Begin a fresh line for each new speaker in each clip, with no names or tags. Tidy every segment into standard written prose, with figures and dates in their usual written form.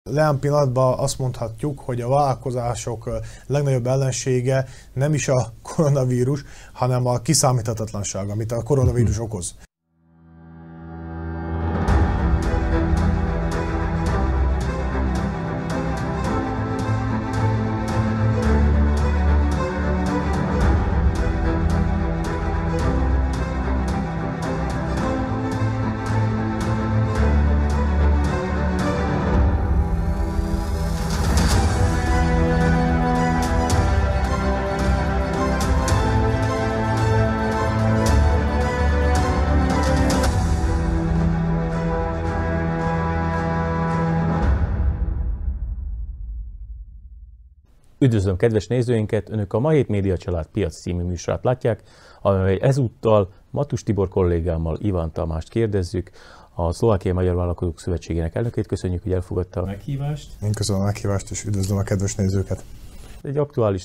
Jelen pillanatban azt mondhatjuk, hogy a vállalkozások legnagyobb ellensége nem is a koronavírus, hanem a kiszámíthatatlanság, amit a koronavírus okoz.
Üdvözlöm kedves nézőinket! Önök a Ma Hét Média Család Piac című műsorát látják, amely ezúttal Matus Tibor kollégámmal, Iván Tamást kérdezzük, a Szlovákiai Magyar Vállalkozók Szövetségének elnökét. Köszönjük, hogy elfogadta a meghívást.
Én köszönöm a meghívást, és üdvözlöm a kedves nézőket.
Egy aktuális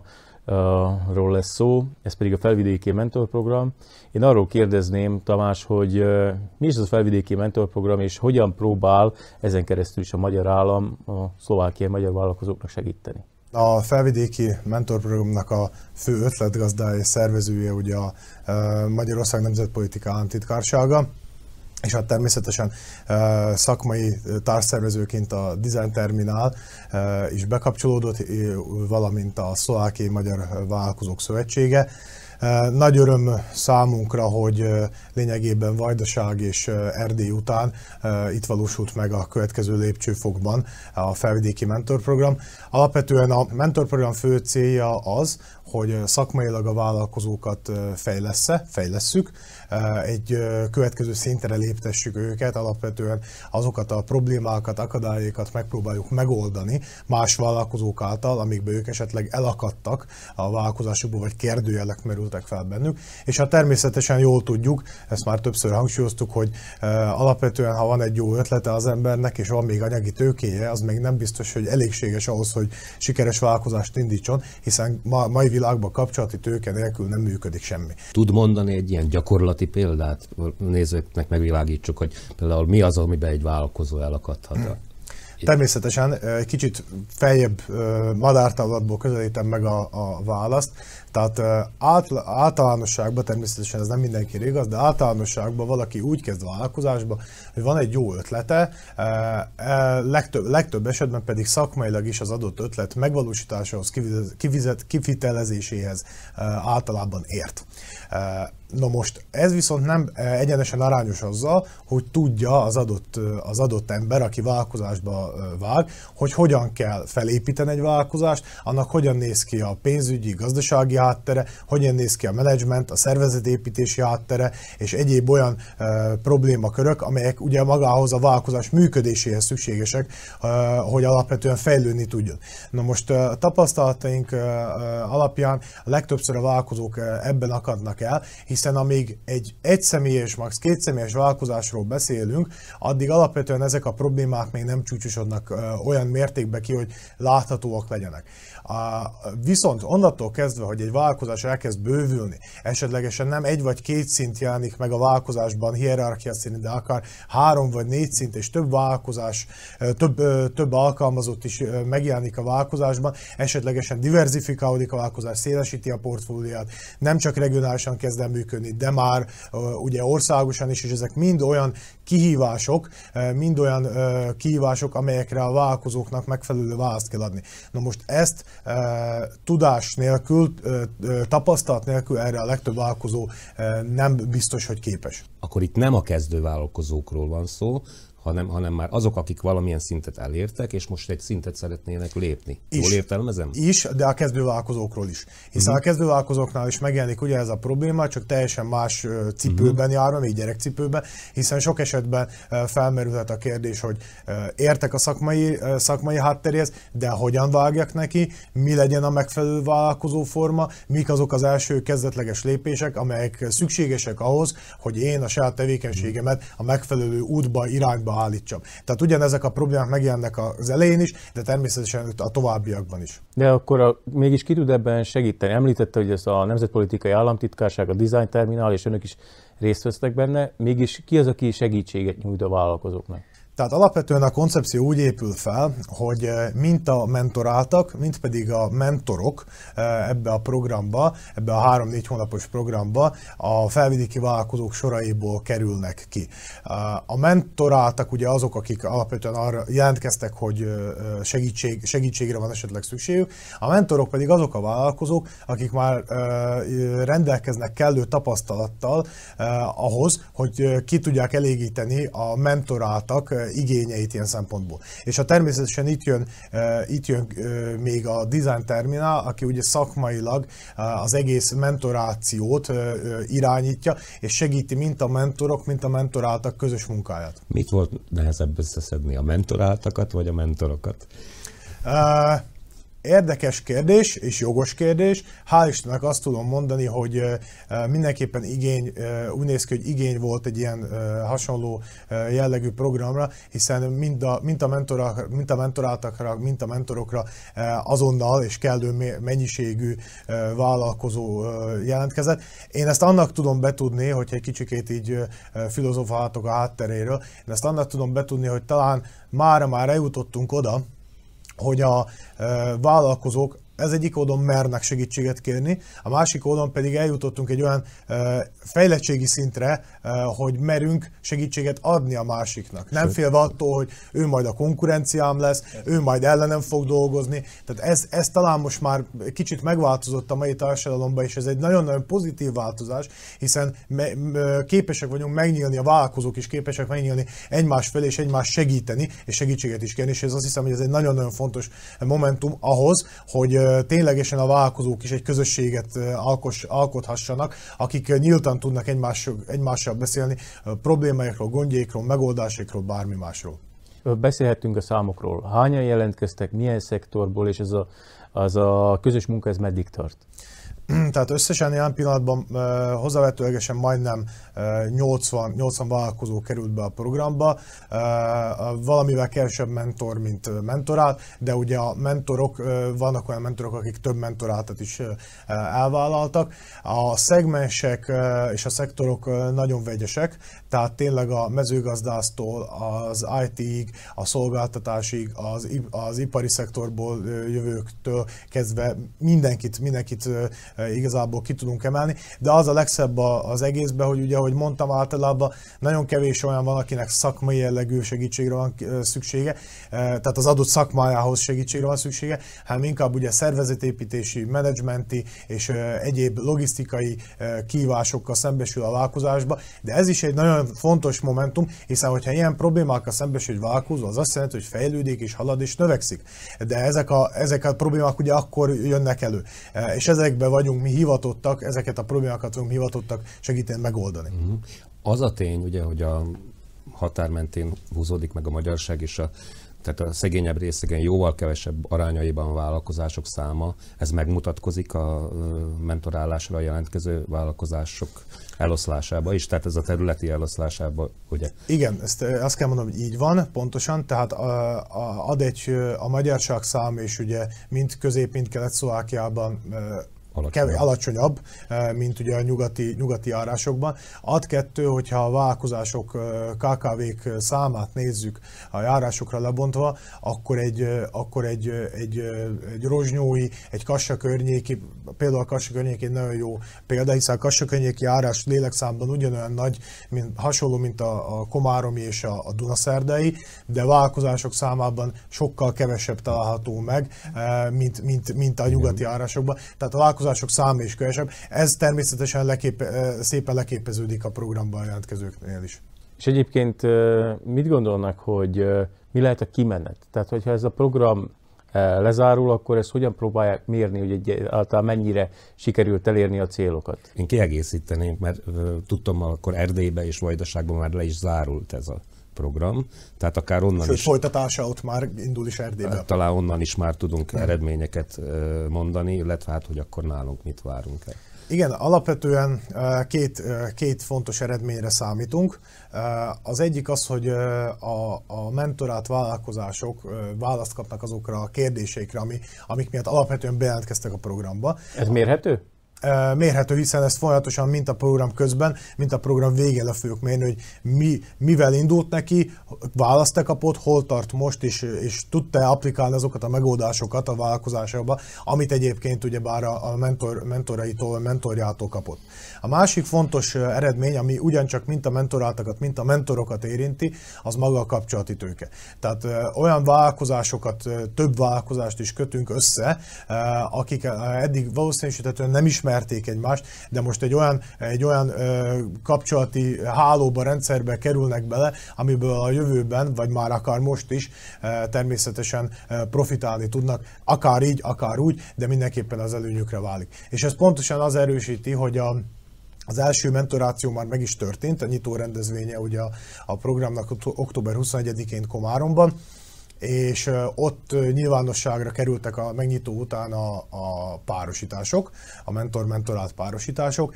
témáról lesz szó, ez pedig a Felvidéki Mentorprogram. Én arról kérdezném, Tamás, hogy mi is az a Felvidéki Mentorprogram, és hogyan próbál ezen keresztül is a magyar állam a szlovákiai magyar vállalkozóknak segíteni?
A Felvidéki Mentorprogramnak a fő ötletgazdája és szervezője ugye a Magyarország Nemzetpolitika Államtitkársága, és hát természetesen szakmai társszervezőként a Design Terminál is bekapcsolódott, valamint a Szlovákiai Magyar Vállalkozók Szövetsége. Nagy öröm számunkra, hogy lényegében Vajdaság és Erdély után itt valósult meg a következő lépcsőfokban a Felvidéki Mentorprogram. Alapvetően a mentorprogram fő célja az, hogy szakmailag a vállalkozókat fejlesszük, egy következő szintre léptessük őket, alapvetően azokat a problémákat, akadályokat megpróbáljuk megoldani más vállalkozók által, amikbe ők esetleg elakadtak a vállalkozásukból, vagy kérdőjelek merültek fel bennük. És hát természetesen jól tudjuk, ezt már többször hangsúlyoztuk, hogy alapvetően, ha van egy jó ötlete az embernek, és van még anyagi tőkéje, az még nem biztos, hogy elégséges ahhoz, hogy sikeres vállalkozást indítson, hiszen mai világban kapcsolati tőke nélkül nem működik semmi.
Tud mondani egy ilyen gyakorlati példát? Nézőknek megvilágítsuk, hogy például mi az, amiben egy vállalkozó elakadhat.
Természetesen egy kicsit feljebb madártávlatból közelítem meg a választ. Tehát általánosságban, természetesen ez nem mindenki igaz, de általánosságban valaki úgy kezd vállalkozásba, hogy van egy jó ötlete, legtöbb esetben pedig szakmailag is az adott ötlet megvalósításához, kivitelezéséhez általában ért. Na most ez viszont nem egyenesen arányos azzal, hogy tudja az adott ember, aki vállalkozásba vág, hogy hogyan kell felépíteni egy vállalkozást, annak hogyan néz ki a pénzügyi, gazdasági háttere, hogyan néz ki a menedzsment, a szervezetépítési háttere, és egyéb olyan problémakörök, amelyek ugye magához a vállalkozás működéséhez szükségesek, hogy alapvetően fejlődni tudjon. Na most tapasztalataink alapján legtöbbször a vállalkozók ebben akadnak el, hiszen amíg egy egyszemélyes, max. Kétszemélyes vállalkozásról beszélünk, addig alapvetően ezek a problémák még nem csúcsosodnak olyan mértékben ki, hogy láthatóak legyenek. Viszont onnantól kezdve, hogy egy vállalkozás elkezd bővülni, esetlegesen nem egy vagy két szint jelenik meg a vállalkozásban hierarchia szerint, de akár 3 vagy 4 szint és több vállalkozás, több alkalmazott is megjelenik a vállalkozásban, esetlegesen diverzifikálódik a vállalkozás, szélesíti a portfólióját, nem csak regionálisan kezd el működni, de már ugye országosan is, és ezek mind olyan kihívások, amelyekre a vállalkozóknak megfelelő választ kell adni. Na most ezt tudás nélkül, tapasztalat nélkül erre a legtöbb vállalkozó nem biztos, hogy képes.
Akkor itt nem a kezdő vállalkozókról van szó, hanem már azok, akik valamilyen szintet elértek, és most egy szintet szeretnének lépni. Jól értelmezem?
Is, de a kezdővállalkozókról is. Hiszen a kezdővállalkozóknál is megjelenik ugye ez a probléma, csak teljesen más cipőben járva, még gyerekcipőben, hiszen sok esetben felmerülhet a kérdés, hogy értek a szakmai hátteréhez, de hogyan vágjak neki, mi legyen a megfelelő vállalkozó forma, mik azok az első kezdetleges lépések, amelyek szükségesek ahhoz, hogy én a saját tevékenységemet a megfelelő útba, irányba állítsam. Tehát ugyanezek a problémák megjelennek az elején is, de természetesen a továbbiakban is.
De akkor mégis ki tud ebben segíteni? Említette, hogy ez a Nemzetpolitikai Államtitkárság, a Design Terminál, és önök is részt vesznek benne. Mégis ki az, aki segítséget nyújt a vállalkozóknak?
Tehát alapvetően a koncepció úgy épül fel, hogy mint a mentoráltak, mint pedig a mentorok ebbe a programba, ebbe a 3-4 hónapos programba a felvidéki vállalkozók soraiból kerülnek ki. A mentoráltak ugye azok, akik alapvetően arra jelentkeztek, hogy segítségre van esetleg szükségük, a mentorok pedig azok a vállalkozók, akik már rendelkeznek kellő tapasztalattal ahhoz, hogy ki tudják elégíteni a mentoráltak igényeit ilyen szempontból. És természetesen itt jön még a Design Terminál, aki ugye szakmailag az egész mentorációt irányítja, és segíti mind a mentorok, mind a mentoráltak közös munkáját.
Mit volt nehezebb összeszedni, a mentoráltakat vagy a mentorokat?
Érdekes kérdés és jogos kérdés. Hál' Istennek azt tudom mondani, hogy mindenképpen úgy néz ki, hogy igény volt egy ilyen hasonló jellegű programra, hiszen mind a mentoráltakra, mind a mentorokra azonnal és kellő mennyiségű vállalkozó jelentkezett. Én ezt annak tudom betudni, hogyha egy kicsikét így filozofálhatok a hátteréről, én ezt annak tudom betudni, hogy talán már eljutottunk oda, hogy a vállalkozók ez egyik oldalon mernek segítséget kérni, a másik oldalon pedig eljutottunk egy olyan fejlettségi szintre, hogy merünk segítséget adni a másiknak. Nem félve attól, hogy ő majd a konkurenciám lesz, ő majd ellenem fog dolgozni. Tehát ez talán most már kicsit megváltozott a mai társadalomban, és ez egy nagyon-nagyon pozitív változás, hiszen képesek vagyunk megnyílni, a vállalkozók is képesek megnyílni egymás felé, és egymást segíteni, és segítséget is kérni, és ez azt hiszem, hogy ez egy nagyon-nagyon fontos momentum ahhoz, hogy ténylegesen a vállalkozók is egy közösséget alkothassanak, akik nyíltan tudnak egymással beszélni problémáikról, gondjaikról, megoldásaikról, bármi másról.
Beszélhettünk a számokról. Hányan jelentkeztek, milyen szektorból, és az a közös munka ez meddig tart?
Tehát összesen jelen pillanatban hozzávetőlegesen majdnem 80 vállalkozó került be a programba, valamivel kevesebb mentor, mint mentorát, de ugye a mentorok, vannak olyan mentorok, akik több mentorátat is elvállaltak. A szegmensek és a szektorok nagyon vegyesek, tehát tényleg a mezőgazdásztól, az IT-ig, a szolgáltatásig, az ipari szektorból jövőktől kezdve mindenkit igazából ki tudunk emelni, de az a legszebb az egészben, hogy ugye, ahogy mondtam, általában nagyon kevés olyan van, akinek szakmai jellegű segítségre van szüksége, tehát az adott szakmájához segítségre van szüksége, hanem inkább ugye szervezetépítési, menedzsmenti és egyéb logisztikai kihívásokkal szembesül a vállalkozásba, de ez is egy nagyon fontos momentum, hiszen hogyha ilyen problémákkal szembesül egy vállalkozó, az azt jelenti, hogy fejlődik és halad és növekszik. De ezek a problémák ugye akkor jönnek elő, és ezekben vagyunk mi hivatottak, ezeket a problémákat vagyunk hivatottak segíteni megoldani.
Az a tény, ugye, hogy a határ mentén húzódik meg a magyarság, és tehát a szegényebb részeken jóval kevesebb arányaiban a vállalkozások száma, ez megmutatkozik a mentorálásra jelentkező vállalkozások eloszlásába is, tehát ez a területi eloszlásába, ugye?
Igen, azt kell mondanom, hogy így van, pontosan, tehát a magyarság szám, és ugye mind Közép-, mind Kelet-Szlovákiában alacsonyabb, mint ugye a nyugati járásokban. Ad kettő, hogyha a vállalkozások, KKV-k számát nézzük a járásokra lebontva, akkor egy Rozsnyói, egy Kassa környéki, például a Kassa környéki egy nagyon jó példa, hiszen a Kassa környéki járás lélekszámban ugyanolyan nagy, hasonló, mint a komáromi és a dunaszerdai, de vállalkozások számában sokkal kevesebb található meg, mint a nyugati járásokban. Tehát a vállalkozások száma is kevesebb. Ez természetesen szépen leképeződik a programban jelentkezőknél is.
És egyébként mit gondolnak, hogy mi lehet a kimenet? Tehát, hogyha ez a program lezárul, akkor ezt hogyan próbálják mérni, hogy általában mennyire sikerült elérni a célokat?
Én kiegészíteném, mert tudtam, akkor Erdélybe és Vajdaságban már le is zárult ez a program, tehát akár onnan is...
folytatása ott már indul is Erdélybe.
Talán onnan is már tudunk eredményeket mondani, illetve hát, hogy akkor nálunk mit várunk el.
Igen, alapvetően két fontos eredményre számítunk. Az egyik az, hogy a mentorált vállalkozások választ kapnak azokra a kérdéseikre, amik miatt alapvetően bejelentkeztek a programba.
Ez mérhető?
mérhető, hiszen ezt folyamatosan mint a program közben, mint a program végén le fogjuk mérni, hogy mivel indult neki, választ kapott, hol tart most, és tudta applikálni azokat a megoldásokat a vállalkozásába, amit egyébként ugyebár a mentoraitól, mentorjától kapott. A másik fontos eredmény, ami ugyancsak mint a mentoráltakat, mint a mentorokat érinti, az maga a kapcsolati tőke. Tehát olyan vállalkozásokat, több vállalkozást is kötünk össze, akik eddig valószínűsítetően nem ismerték egymást, de most egy olyan kapcsolati hálóba, rendszerbe kerülnek bele, amiből a jövőben, vagy már akár most is természetesen profitálni tudnak, akár így, akár úgy, de mindenképpen az előnyükre válik. És ez pontosan az erősíti, hogy az első mentoráció már meg is történt, a nyitó rendezvénye ugye a programnak október 21-én Komáromban, és ott nyilvánosságra kerültek a megnyitó után a párosítások, a mentor-mentorált párosítások,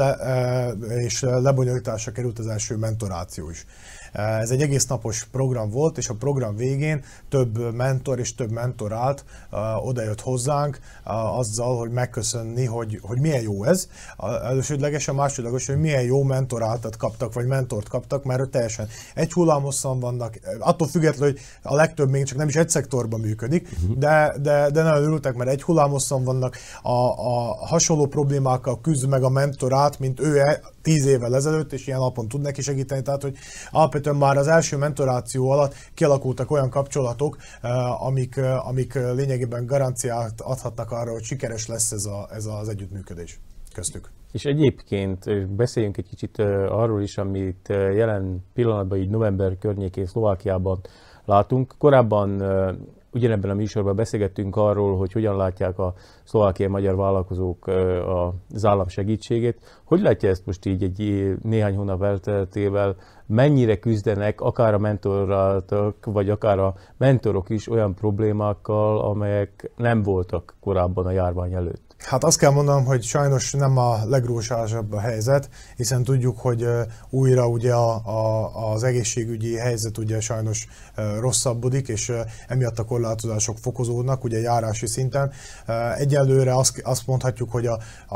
és lebonyolításra került az első mentoráció is. Ez egy egész napos program volt, és a program végén több mentor és több mentorált odajött hozzánk azzal, hogy megköszönni, hogy milyen jó ez. Elsődlegesen, másodlagos, hogy milyen jó mentoráltat kaptak, vagy mentort kaptak, mert teljesen egy hullámhosszan vannak. Attól függetlenül, hogy a legtöbb még csak nem is egy szektorban működik, de nagyon örültek, mert egy hullámhosszan vannak, a hasonló problémákkal küzd meg a mentorát, mint ő 10 évvel ezelőtt, és ilyen alapon tud neki segíteni. Tehát, hogy alapvetően már az első mentoráció alatt kialakultak olyan kapcsolatok, amik lényegében garanciát adhatnak arra, hogy sikeres lesz ez az együttműködés köztük.
És egyébként beszéljünk egy kicsit arról is, amit jelen pillanatban, így november környékén Szlovákiában látunk. Korábban ugyanebben a műsorban beszélgettünk arról, hogy hogyan látják a szlovákiai magyar vállalkozók az állam segítségét. Hogy látja ezt most így egy néhány hónap elteltével? Mennyire küzdenek akár a mentoráltak, vagy akár a mentorok is olyan problémákkal, amelyek nem voltak korábban a járvány előtt?
Hát azt kell mondanom, hogy sajnos nem a legrózsásabb a helyzet, hiszen tudjuk, hogy újra ugye az egészségügyi helyzet ugye sajnos rosszabbodik, és emiatt a korlátozások fokozódnak ugye járási szinten. Egyelőre azt mondhatjuk, hogy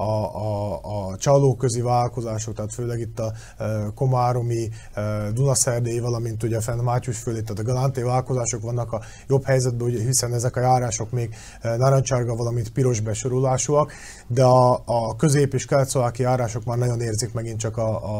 a csalóközi vállalkozások, tehát főleg itt a komáromi, Dunaszerdélyi, valamint ugye fent Mátyusföldi, tehát a galántai vállalkozások vannak a jobb helyzetben, ugye, hiszen ezek a járások még narancsárga, valamint piros besorolású, de a közép- és kelet-szlovákiai járások már nagyon érzik megint csak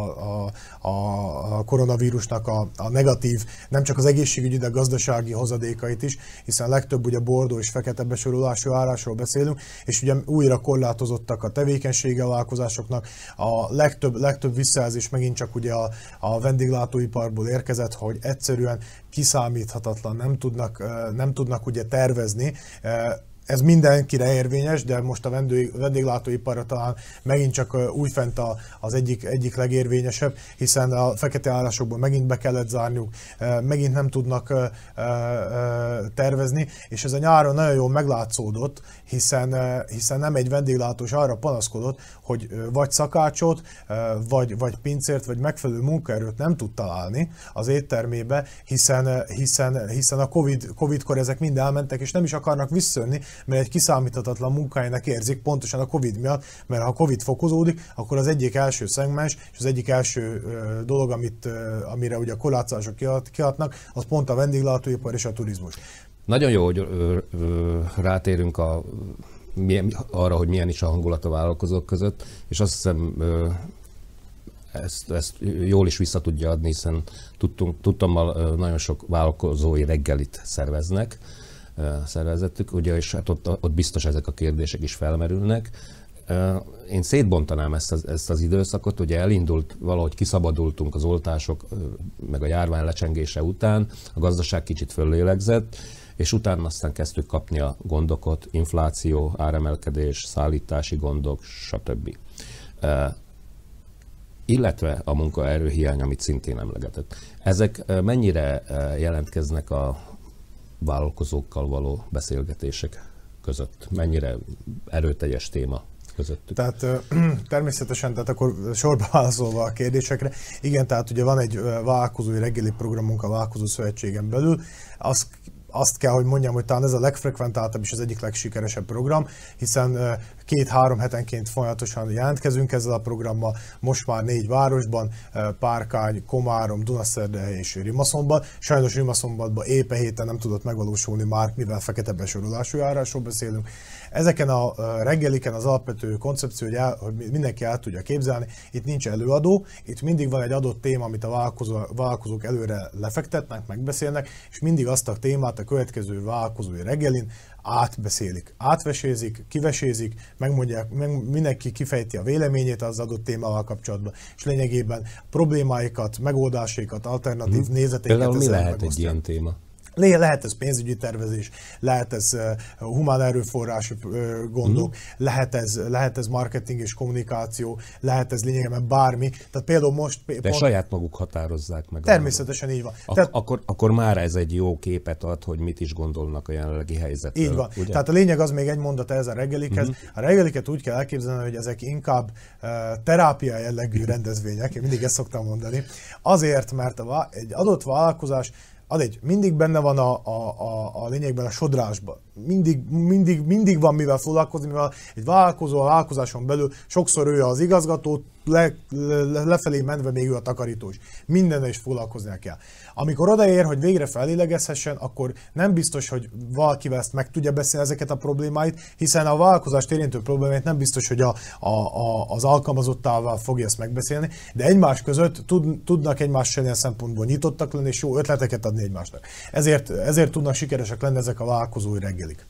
a koronavírusnak a negatív, nem csak az egészségügyi, de a gazdasági hozadékait is, hiszen legtöbb ugye bordó és fekete besorolású járásról beszélünk, és ugye újra korlátozottak a tevékenysége a vállalkozásoknak. A legtöbb visszajelzés megint csak ugye a vendéglátóiparból érkezett, hogy egyszerűen kiszámíthatatlan, nem tudnak ugye tervezni. Ez mindenkire érvényes, de most a vendéglátóiparra talán megint csak újfent az egyik legérvényesebb, hiszen a fekete állásokból megint be kellett zárniuk, megint nem tudnak tervezni, és ez a nyáron nagyon jól meglátszódott, hiszen nem egy vendéglátós arra panaszkodott, hogy vagy szakácsot, vagy pincért, vagy megfelelő munkaerőt nem tud találni az éttermébe, hiszen a Covid-kor ezek mind elmentek, és nem is akarnak visszajönni, mert egy kiszámíthatatlan munkájának érzik pontosan a Covid miatt, mert ha a Covid fokozódik, akkor az egyik első szegmens, és az egyik első dolog, amire ugye a korlátozások kihatnak, az pont a vendéglátóipar és a turizmus.
Nagyon jó, hogy rátérünk arra, hogy milyen is a hangulat a vállalkozók között, és azt hiszem, ezt jól is vissza tudja adni, hiszen tudtommal nagyon sok vállalkozói reggelit szervezettük, ugye, és hát ott biztos ezek a kérdések is felmerülnek. Én szétbontanám ezt az időszakot, ugye elindult, valahogy kiszabadultunk az oltások, meg a járvány lecsengése után, a gazdaság kicsit föllélegzett, és utána aztán kezdtük kapni a gondokat, infláció, áremelkedés, szállítási gondok, stb. Illetve a munkaerőhiány, amit szintén emlegetett. Ezek mennyire jelentkeznek a vállalkozókkal való beszélgetések között? Mennyire erőteljes téma közöttük?
Tehát természetesen, tehát akkor sorba válaszolva a kérdésekre, igen, tehát ugye van egy vállalkozói reggeli programunk a Vállalkozó Szövetségen belül, azt kell, hogy mondjam, hogy talán ez a legfrekventáltabb és az egyik legsikeresebb program, hiszen 2-3 hetenként folyamatosan jelentkezünk ezzel a programmal, most már 4 városban, Párkány, Komárom, Dunaszerdahely és Rimaszombat. Sajnos Rimaszombatban épp héten nem tudott megvalósulni már, mivel fekete besorolású járásról beszélünk. Ezeken a reggeliken az alapvető koncepció, hogy mindenki el tudja képzelni, itt nincs előadó, itt mindig van egy adott téma, amit a vállalkozók előre lefektetnek, megbeszélnek, és mindig azt a témát a következő vállalkozói reggelin átbeszélik, átvesézik, kivesézik, megmondják, mindenki kifejti a véleményét az adott témával kapcsolatban, és lényegében problémáikat, megoldásaikat, alternatív nézeteiket.
Például mi lehet egy ilyen téma?
Lehet ez pénzügyi tervezés, lehet ez humán erőforrás gondok, lehet ez marketing és kommunikáció, lehet ez lényegében bármi. Tehát például most...
De saját maguk határozzák meg.
Természetesen így van.
Akkor már ez egy jó képet ad, hogy mit is gondolnak a jelenlegi helyzetről.
Így van.
Ugye?
Tehát a lényeg az még egy mondat ez a reggelikhez. A reggeliket úgy kell elképzelni, hogy ezek inkább terápia jellegű rendezvények, én mindig ezt szoktam mondani. Azért, mert egy adott vállalkozás mindig benne van a lényegben a sodrásban. Mindig van mivel foglalkozni, mivel egy vállalkozó a vállalkozáson belül sokszor ő az igazgató, lefelé menve még ő a takarító is. Mindennel is foglalkoznia kell. Amikor odaér, hogy végre felélegezhessen, akkor nem biztos, hogy valakivel ezt meg tudja beszélni ezeket a problémáit, hiszen a vállalkozást érintő problémáit nem biztos, hogy az alkalmazottával fogja ezt megbeszélni, de egymás között tudnak egymással ilyen szempontból nyitottak lenni, és jó ötleteket adni egymásnak. Ezért tudnak sikeresek lenni ezek a vállalkozói reggelik.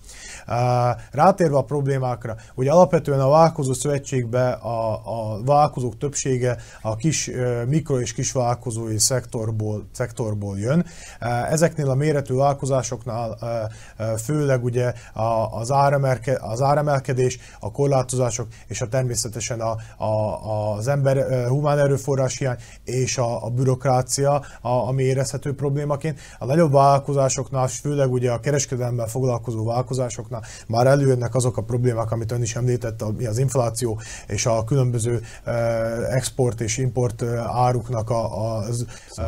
Rátérve a problémákra, ugye alapvetően a vállalkozó szövetségbe a vállalkozók többsége a kis, mikro és kisvállalkozói szektorból jön. Ezeknél a méretű vállalkozásoknál főleg ugye az áremelkedés, a korlátozások és természetesen az ember humán erőforrás hiány és a bürokrácia, ami érezhető problémaként. A nagyobb vállalkozásoknál, főleg ugye a kereskedelemmel foglalkozó vállalkozásoknál már előjönnek azok a problémák, amit ön is említett, az infláció és a különböző export és import áruknak az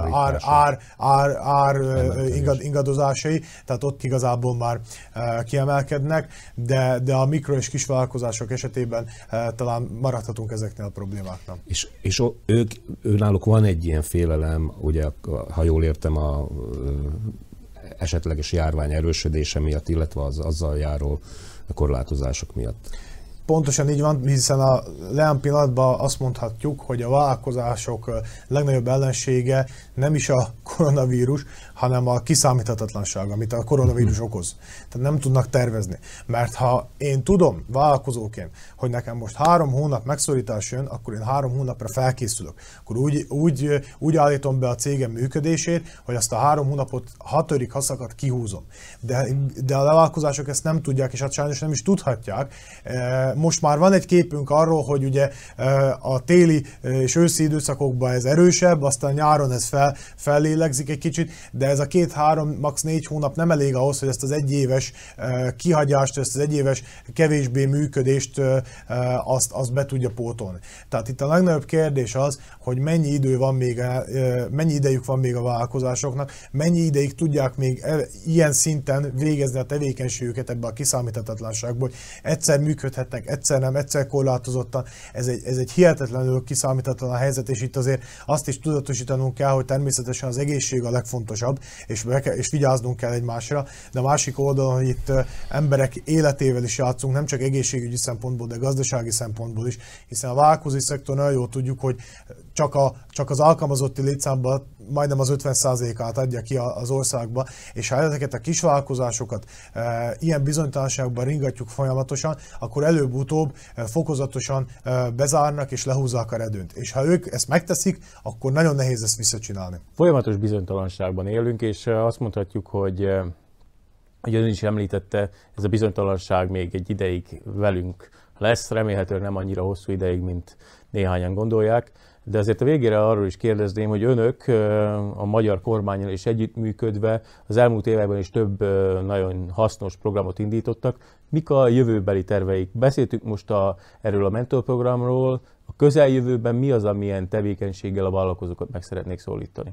ár ingadozásai, tehát ott igazából már kiemelkednek, de a mikro és kisvállalkozások esetében talán maradhatunk ezeknél a problémáknál.
És náluk van egy ilyen félelem, ugye, ha jól értem, a esetleges járvány erősödése miatt, illetve az azzal járó korlátozások miatt.
Pontosan így van, hiszen a jelen pillanatban azt mondhatjuk, hogy a vállalkozások legnagyobb ellensége nem is a koronavírus, hanem a kiszámíthatatlanság, amit a koronavírus okoz. Tehát nem tudnak tervezni. Mert ha én tudom vállalkozóként, hogy nekem most 3 hónap megszorítás jön, akkor én 3 hónapra felkészülök. Akkor úgy állítom be a cégem működését, hogy azt a 3 hónapot 6. haszakat kihúzom. De a vállalkozások ezt nem tudják, és hát sajnos nem is tudhatják. Most már van egy képünk arról, hogy ugye a téli és őszi időszakokban ez erősebb, aztán nyáron ez fellélegzik egy kicsit, de ez a 2-3, max. 4 hónap nem elég ahhoz, hogy ezt az egyéves kihagyást, ezt az egyéves kevésbé működést azt be tudja pótolni. Tehát itt a legnagyobb kérdés az, hogy mennyi idejük van még a vállalkozásoknak, mennyi ideig tudják még ilyen szinten végezni a tevékenységüket ebbe a kiszámíthatatlanságból, hogy egyszer működhetnek, egyszer nem, egyszer korlátozottan. Ez egy hihetetlenül kiszámíthatatlan helyzet, és itt azért azt is tudatosítanunk kell, hogy természetesen az egészség a legfontosabb, és vigyáznunk kell egymásra, de a másik oldalon, hogy itt emberek életével is játszunk, nem csak egészségügyi szempontból, de gazdasági szempontból is, hiszen a vállalkozói szektor nagyon jól tudjuk, hogy csak az alkalmazotti létszámban majdnem az 50%-át adja ki az országba, és ha ezeket a kisvállalkozásokat ilyen bizonytalanságban ringatjuk folyamatosan, akkor előbb-utóbb fokozatosan bezárnak és lehúzzák a redőnyt. És ha ők ezt megteszik, akkor nagyon nehéz ezt visszacsinálni.
Folyamatos bizonytalanságban élünk, és azt mondhatjuk, hogy ön is említette, ez a bizonytalanság még egy ideig velünk lesz, remélhetőleg nem annyira hosszú ideig, mint néhányan gondolják, de azért a végére arról is kérdezném, hogy önök a magyar kormánnyal is együttműködve az elmúlt években is több nagyon hasznos programot indítottak. Mik a jövőbeli terveik? Beszéltünk most erről a mentorprogramról, a közeljövőben mi az, amilyen tevékenységgel a vállalkozókat meg szeretnék szólítani?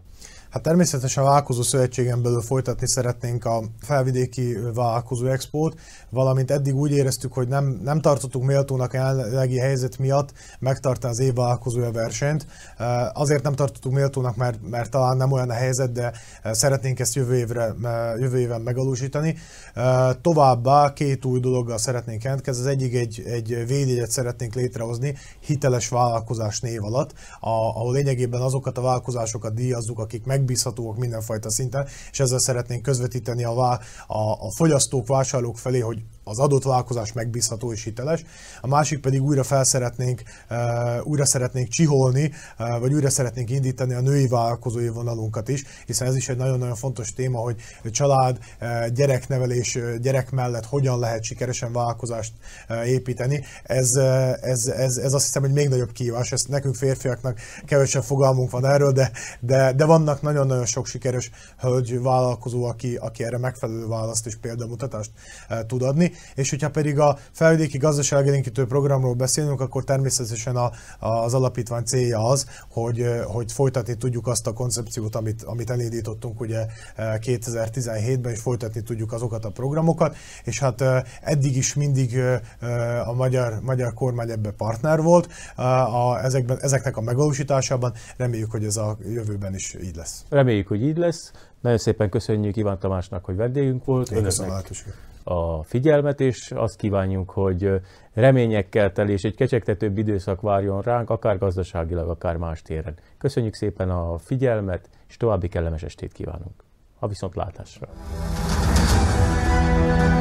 Hát természetesen a Vállalkozó Szövetségen belül folytatni szeretnénk a Felvidéki Vállalkozó Expót, valamint eddig úgy éreztük, hogy nem tartottuk méltónak a jelenlegi helyzet miatt megtartani az év vállalkozója versenyt. Azért nem tartottuk méltónak, mert talán nem olyan a helyzet, de szeretnénk ezt jövő évben megvalósítani. Továbbá 2 új dologgal szeretnénk jelentkezni. Az egyik egy védjegyet szeretnénk létrehozni hiteles vállalkozás név alatt, ahol lényegében azokat a vállalkozásokat díjazzuk, akik megbízhatóak mindenfajta szinten, és ezzel szeretnénk közvetíteni a fogyasztók, vásárlók felé, hogy az adott vállalkozás megbízható és hiteles. A másik pedig újra szeretnénk csiholni, vagy újra szeretnénk indítani a női vállalkozói vonalunkat is, hiszen ez is egy nagyon-nagyon fontos téma, hogy család, gyereknevelés, gyerek mellett hogyan lehet sikeresen vállalkozást építeni. Ez azt hiszem, hogy még nagyobb kihívás. Ezt nekünk férfiaknak kevesebb fogalmunk van erről, de vannak nagyon-nagyon sok sikeres hölgy vállalkozó, aki erre megfelelő választ és példamutatást tud adni. És hogyha pedig a felvidéki gazdaságélénkítő programról beszélünk, akkor természetesen az alapítvány célja az, hogy folytatni tudjuk azt a koncepciót, amit elindítottunk ugye 2017-ben, és folytatni tudjuk azokat a programokat, és hát eddig is mindig a magyar kormány ebben partner volt ezeknek a megvalósításában. Reméljük, hogy ez a jövőben is így lesz.
Reméljük, hogy így lesz. Nagyon szépen köszönjük Iván Tamásnak, hogy vendégünk volt.
Köszönöm
a figyelmet, és azt kívánjuk, hogy reményekkel teli és egy kecsegtetőbb időszak várjon ránk, akár gazdaságilag, akár más téren. Köszönjük szépen a figyelmet, és további kellemes estét kívánunk. A viszontlátásra!